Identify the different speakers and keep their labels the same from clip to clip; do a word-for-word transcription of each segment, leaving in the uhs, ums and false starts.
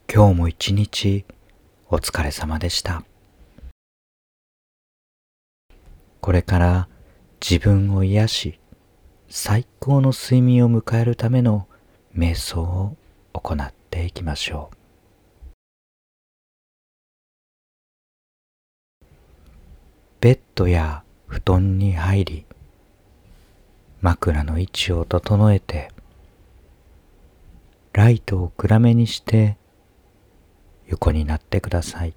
Speaker 1: 今日も一日お疲れ様でした。これから自分を癒し、最高の睡眠を迎えるための瞑想を行っていきましょう。ベッドや布団に入り、枕の位置を整えて、ライトを暗めにして横になってください。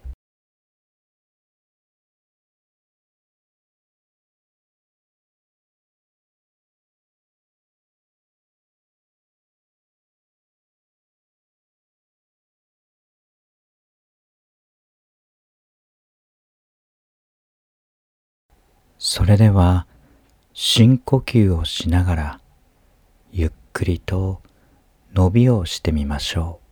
Speaker 1: それでは深呼吸をしながらゆっくりと伸びをしてみましょう。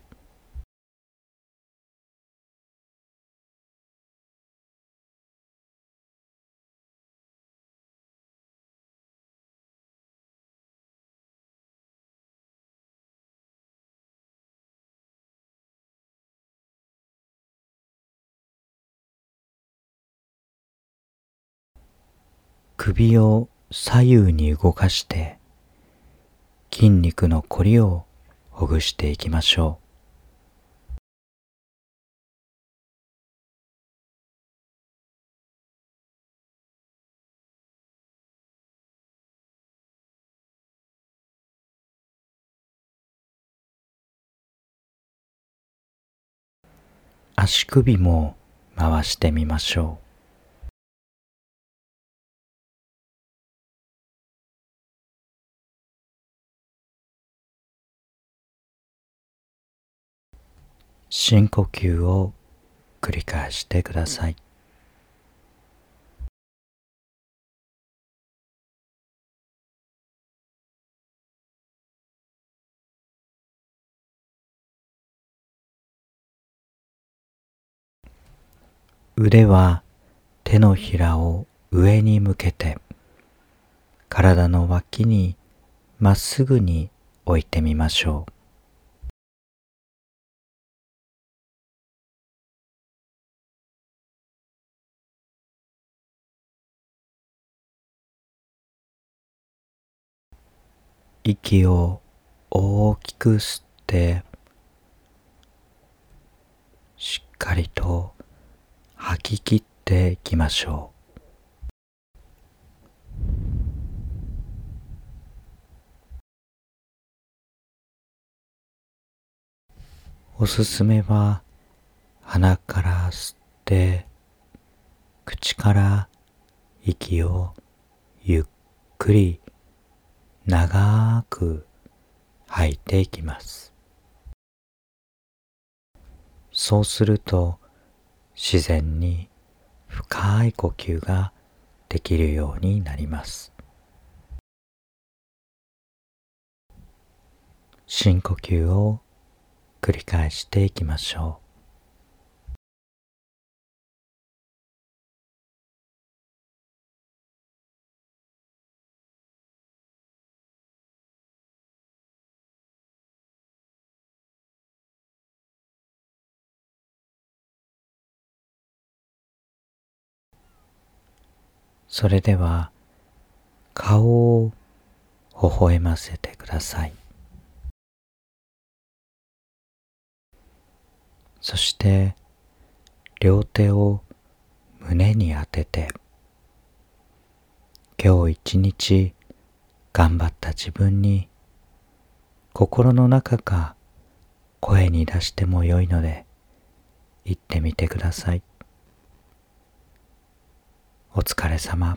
Speaker 1: 首を左右に動かして筋肉のこりをほぐしていきましょう。足首も回してみましょう。深呼吸を繰り返してください。腕は手のひらを上に向けて体の脇にまっすぐに置いてみましょう。息を大きく吸ってしっかりと吐き切っていきましょう。おすすめは鼻から吸って口から息をゆっくり長く吐いていきます。そうすると自然に深い呼吸ができるようになります。深呼吸を繰り返していきましょう。それでは顔を微笑ませてください。そして両手を胸に当てて、今日一日頑張った自分に心の中か声に出してもよいので言ってみてください。お疲れ様。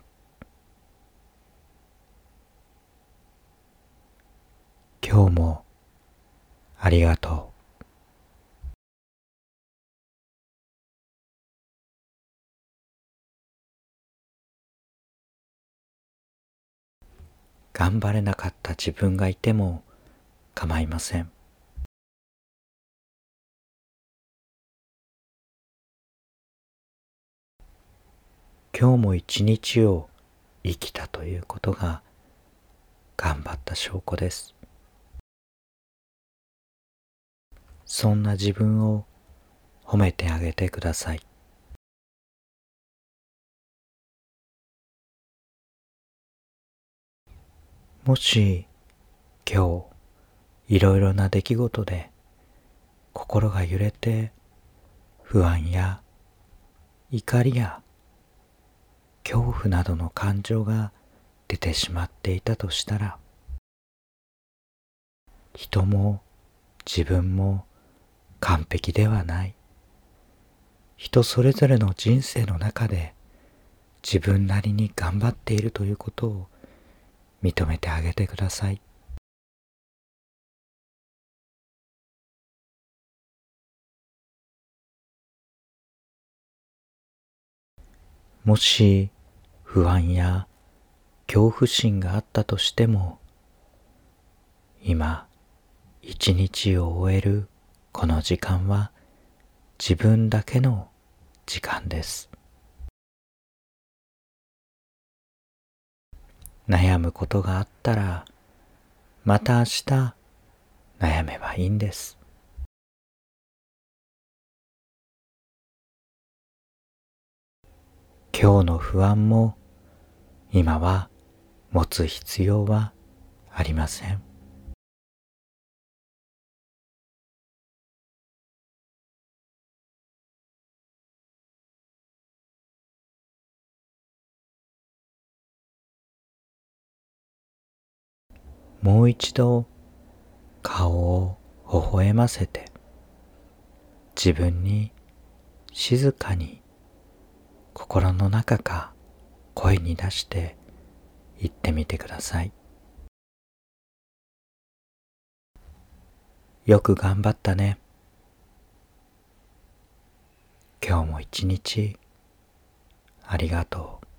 Speaker 1: 今日もありがとう。頑張れなかった自分がいても構いません。今日も一日を生きたということが頑張った証拠です。 そんな自分を褒めてあげてください。もし今日いろいろな出来事で心が揺れて不安や怒りや恐怖などの感情が出てしまっていたとしたら、人も自分も完璧ではない。人それぞれの人生の中で自分なりに頑張っているということを認めてあげてください。もし不安や恐怖心があったとしても、今一日を終えるこの時間は自分だけの時間です。悩むことがあったらまた明日悩めばいいんです。今日の不安も今は持つ必要はありません。もう一度顔を微笑ませて、自分に静かに心の中か声に出して言ってみてください。よく頑張ったね。今日も一日ありがとう。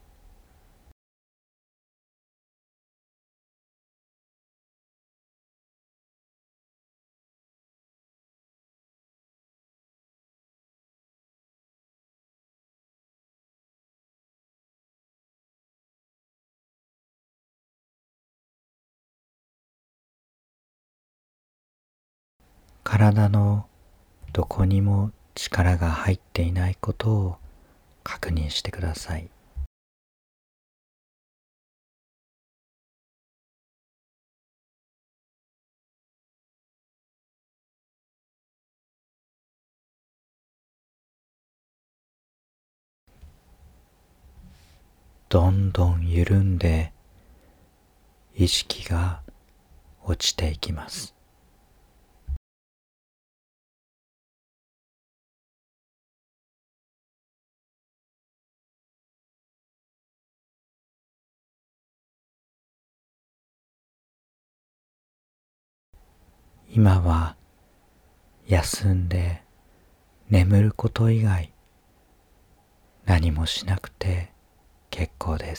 Speaker 1: 体のどこにも力が入っていないことを確認してください。どんどん緩んで意識が落ちていきます。今は休んで眠ること以外何もしなくて結構です。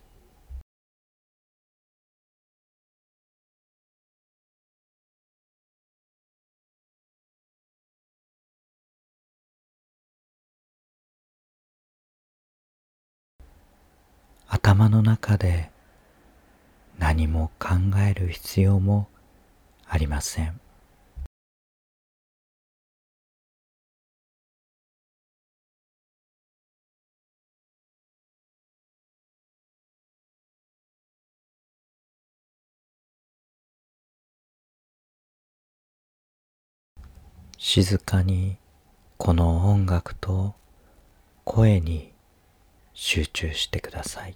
Speaker 1: 頭の中で何も考える必要もありません。静かにこの音楽と声に集中してください。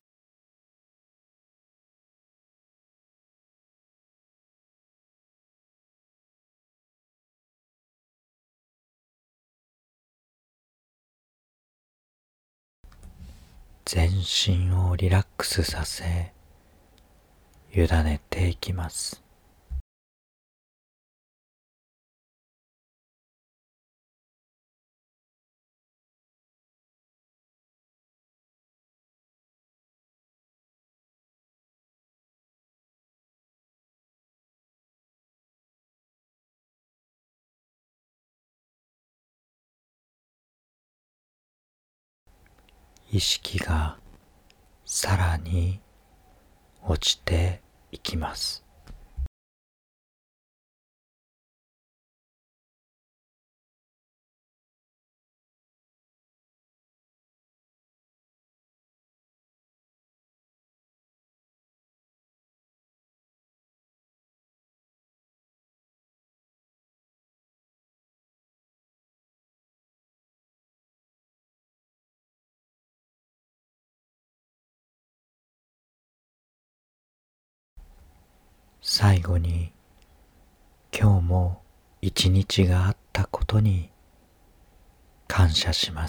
Speaker 1: 全身をリラックスさせ、委ねていきます。意識がさらに落ちていきます。 最後に今日も一日があったことに感謝します。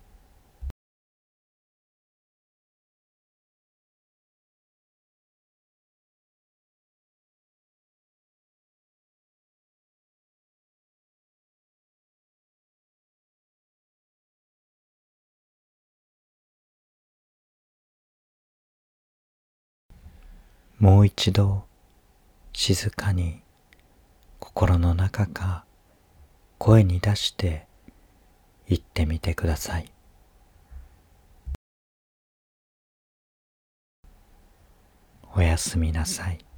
Speaker 1: もう一度静かに心の中か声に出して言ってみてください。おやすみなさい。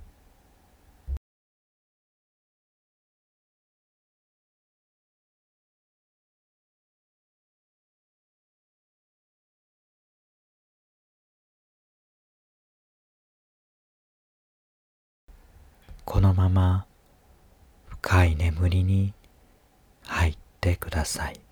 Speaker 1: このまま深い眠りに入ってください。